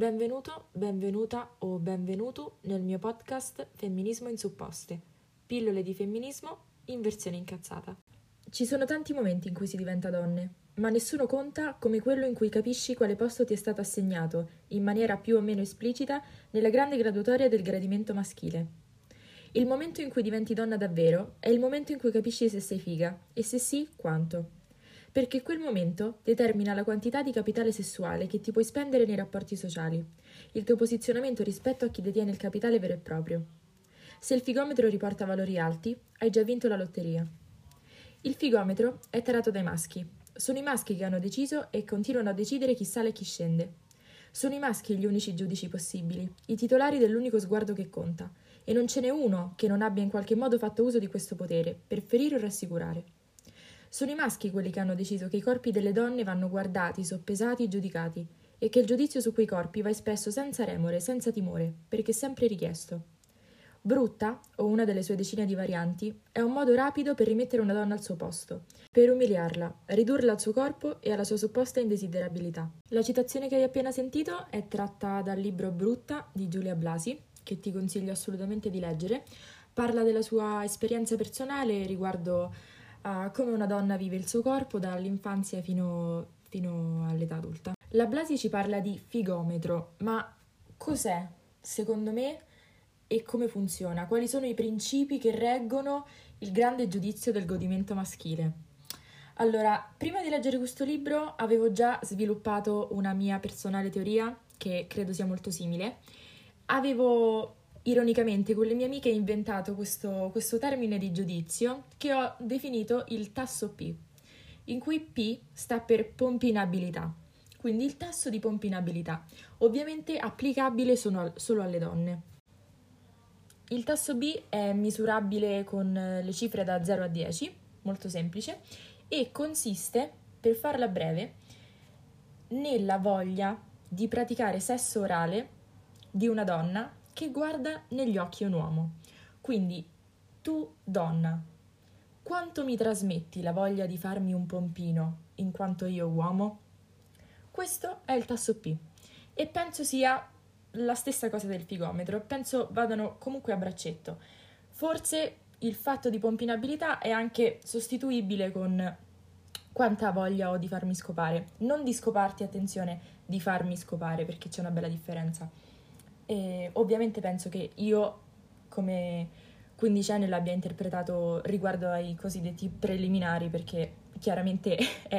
Benvenuto, benvenuta o benvenuto nel mio podcast Femminismo in supposte. Pillole di femminismo in versione incazzata. Ci sono tanti momenti in cui si diventa donne, ma nessuno conta come quello in cui capisci quale posto ti è stato assegnato, in maniera più o meno esplicita, nella grande graduatoria del gradimento maschile. Il momento in cui diventi donna davvero è il momento in cui capisci se sei figa, e se sì, quanto. Perché quel momento determina la quantità di capitale sessuale che ti puoi spendere nei rapporti sociali, il tuo posizionamento rispetto a chi detiene il capitale vero e proprio. Se il figometro riporta valori alti, hai già vinto la lotteria. Il figometro è tarato dai maschi. Sono i maschi che hanno deciso e continuano a decidere chi sale e chi scende. Sono i maschi gli unici giudici possibili, i titolari dell'unico sguardo che conta, e non ce n'è uno che non abbia in qualche modo fatto uso di questo potere, per ferire o rassicurare. Sono i maschi quelli che hanno deciso che i corpi delle donne vanno guardati, soppesati e giudicati, e che il giudizio su quei corpi va espresso senza remore, senza timore, perché è sempre richiesto. Brutta, o una delle sue decine di varianti, è un modo rapido per rimettere una donna al suo posto, per umiliarla, ridurla al suo corpo e alla sua supposta indesiderabilità. La citazione che hai appena sentito è tratta dal libro Brutta di Giulia Blasi, che ti consiglio assolutamente di leggere. Parla della sua esperienza personale riguardo a come una donna vive il suo corpo dall'infanzia fino all'età adulta. La Blasi ci parla di figometro, ma cos'è, secondo me, e come funziona? Quali sono i principi che reggono il grande giudizio del godimento maschile? Allora, prima di leggere questo libro avevo già sviluppato una mia personale teoria, che credo sia molto simile. Avevo ironicamente con le mie amiche inventato questo termine di giudizio che ho definito il tasso P, in cui P sta per pompinabilità, quindi il tasso di pompinabilità, ovviamente applicabile solo alle donne. Il tasso B è misurabile con le cifre da 0 a 10, molto semplice, e consiste, per farla breve, nella voglia di praticare sesso orale di una donna che guarda negli occhi un uomo. Quindi, tu, donna, quanto mi trasmetti la voglia di farmi un pompino in quanto io uomo? Questo è il tasso P e penso sia la stessa cosa del figometro, penso vadano comunque a braccetto. Forse il fatto di pompinabilità è anche sostituibile con quanta voglia ho di farmi scopare. Non di scoparti, attenzione, di farmi scopare, perché c'è una bella differenza. E ovviamente penso che io, come quindicenne, l'abbia interpretato riguardo ai cosiddetti preliminari, perché chiaramente è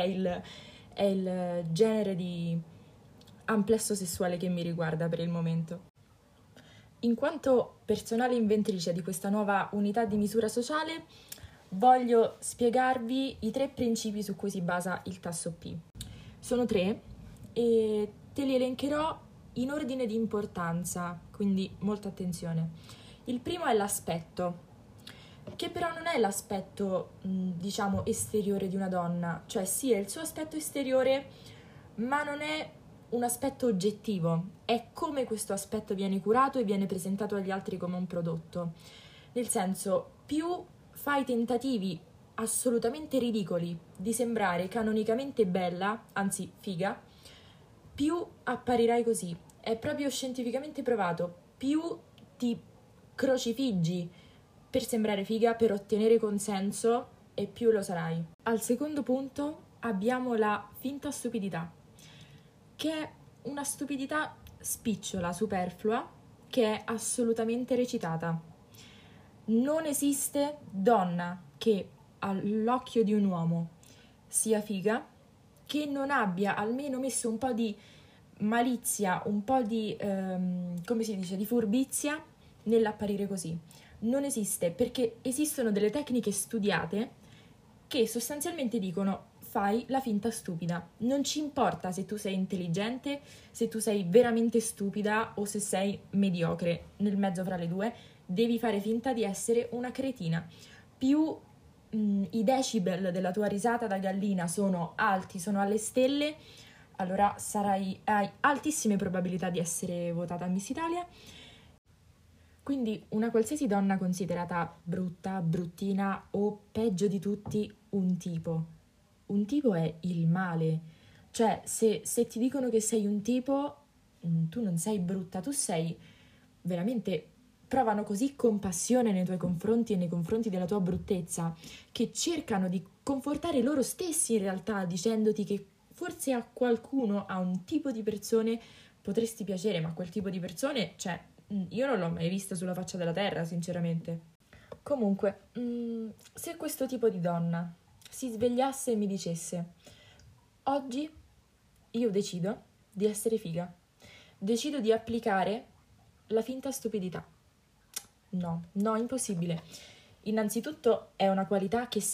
il genere di amplesso sessuale che mi riguarda per il momento. In quanto personale inventrice di questa nuova unità di misura sociale, voglio spiegarvi i 3 principi su cui si basa il tasso P. Sono 3 e te li elencherò in ordine di importanza, quindi molta attenzione. Il primo è l'aspetto, che però non è l'aspetto, diciamo, esteriore di una donna, cioè sì, è il suo aspetto esteriore, ma non è un aspetto oggettivo, è come questo aspetto viene curato e viene presentato agli altri come un prodotto. Nel senso, più fai tentativi assolutamente ridicoli di sembrare canonicamente bella, anzi figa, più apparirai così. È proprio scientificamente provato. Più ti crocifiggi per sembrare figa, per ottenere consenso, e più lo sarai. Al secondo punto abbiamo la finta stupidità, che è una stupidità spicciola, superflua, che è assolutamente recitata. Non esiste donna che all'occhio di un uomo sia figa che non abbia almeno messo un po' di malizia, un po' di, come si dice, di furbizia nell'apparire così. Non esiste, perché esistono delle tecniche studiate che sostanzialmente dicono: fai la finta stupida. Non ci importa se tu sei intelligente, se tu sei veramente stupida o se sei mediocre, nel mezzo fra le due, devi fare finta di essere una cretina. Più i decibel della tua risata da gallina sono alti, sono alle stelle, allora hai altissime probabilità di essere votata Miss Italia. Quindi una qualsiasi donna considerata brutta, bruttina o peggio di tutti un tipo. Un tipo è il male. Cioè, se ti dicono che sei un tipo, tu non sei brutta, tu sei veramente... Provano così compassione nei tuoi confronti e nei confronti della tua bruttezza che cercano di confortare loro stessi in realtà, dicendoti che forse a qualcuno, a un tipo di persone potresti piacere, ma quel tipo di persone, cioè, io non l'ho mai vista sulla faccia della terra, sinceramente. Comunque, se questo tipo di donna si svegliasse e mi dicesse: oggi io decido di essere figa, decido di applicare la finta stupidità. No, no, impossibile. Innanzitutto è una qualità che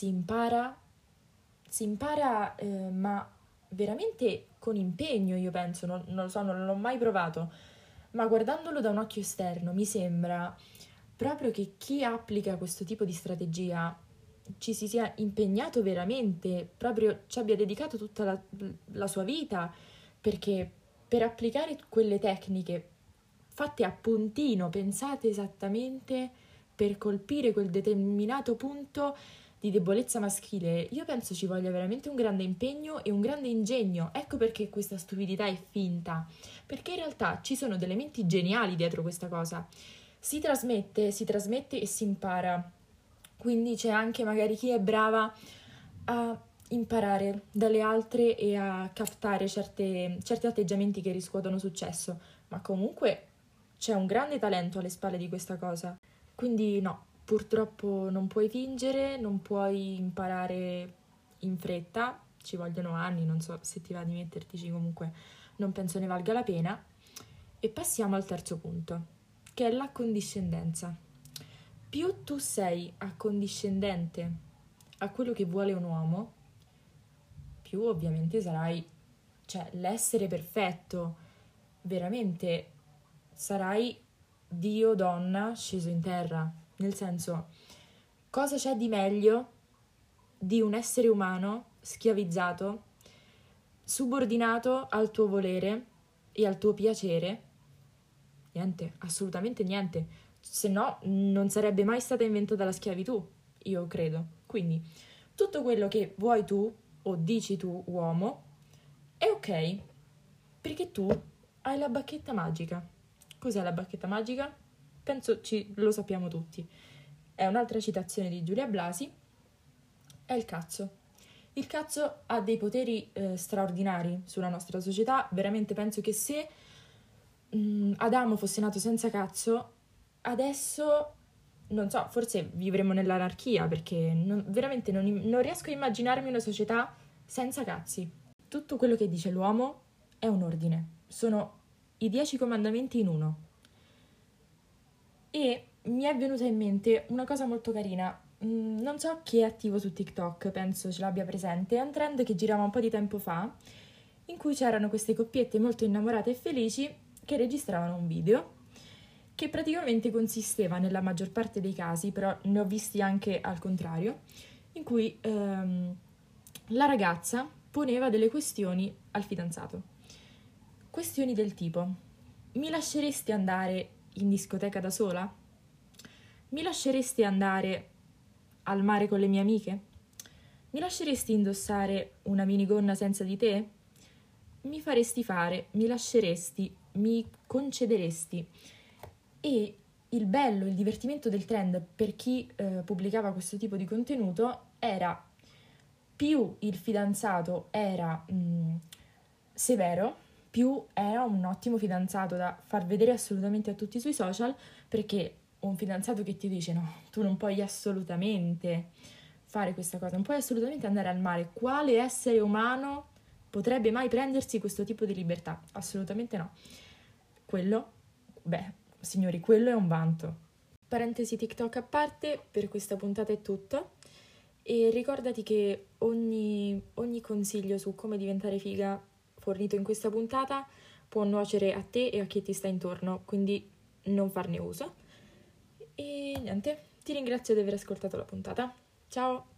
si impara, ma veramente con impegno, io penso, non lo so, non l'ho mai provato, ma guardandolo da un occhio esterno mi sembra proprio che chi applica questo tipo di strategia ci si sia impegnato veramente, proprio ci abbia dedicato tutta la sua vita, perché per applicare quelle tecniche fatte a puntino, pensate esattamente per colpire quel determinato punto di debolezza maschile, io penso ci voglia veramente un grande impegno e un grande ingegno. Ecco perché questa stupidità è finta, perché in realtà ci sono delle menti geniali dietro questa cosa. Si trasmette e si impara. Quindi c'è anche magari chi è brava a imparare dalle altre e a captare certi atteggiamenti che riscuotono successo, ma comunque c'è un grande talento alle spalle di questa cosa. Quindi no, purtroppo non puoi fingere, non puoi imparare in fretta, ci vogliono anni, non so se ti va di mettertici, comunque non penso ne valga la pena. E passiamo al terzo punto, che è l'accondiscendenza. Più tu sei accondiscendente a quello che vuole un uomo, più ovviamente sarai, cioè l'essere perfetto, veramente sarai Dio donna sceso in terra, nel senso, cosa c'è di meglio di un essere umano schiavizzato, subordinato al tuo volere e al tuo piacere? Niente, assolutamente niente, se no non sarebbe mai stata inventata la schiavitù, io credo. Quindi tutto quello che vuoi tu o dici tu, uomo, è ok, perché tu hai la bacchetta magica. Cos'è la bacchetta magica? Penso lo sappiamo tutti. È un'altra citazione di Giulia Blasi. È il cazzo. Il cazzo ha dei poteri straordinari sulla nostra società. Veramente penso che se Adamo fosse nato senza cazzo, adesso, non so, forse vivremmo nell'anarchia, perché veramente non riesco a immaginarmi una società senza cazzi. Tutto quello che dice l'uomo è un ordine. Sono i 10 comandamenti in uno. E mi è venuta in mente una cosa molto carina. Non so chi è attivo su TikTok, penso ce l'abbia presente. È un trend che girava un po' di tempo fa, in cui c'erano queste coppiette molto innamorate e felici che registravano un video che praticamente consisteva, nella maggior parte dei casi, però ne ho visti anche al contrario, in cui la ragazza poneva delle questioni al fidanzato. Questioni del tipo: mi lasceresti andare in discoteca da sola? Mi lasceresti andare al mare con le mie amiche? Mi lasceresti indossare una minigonna senza di te? Mi faresti fare, mi lasceresti, mi concederesti? E il bello, il divertimento del trend per chi pubblicava questo tipo di contenuto era: più il fidanzato era severo, più era un ottimo fidanzato da far vedere assolutamente a tutti sui social, perché un fidanzato che ti dice no, tu non puoi assolutamente fare questa cosa, non puoi assolutamente andare al mare, quale essere umano potrebbe mai prendersi questo tipo di libertà? Assolutamente no. Quello, signori, quello è un vanto. Parentesi TikTok a parte, per questa puntata è tutto. E ricordati che ogni consiglio su come diventare figa fornito in questa puntata può nuocere a te e a chi ti sta intorno, quindi non farne uso. E niente, ti ringrazio di aver ascoltato la puntata. Ciao!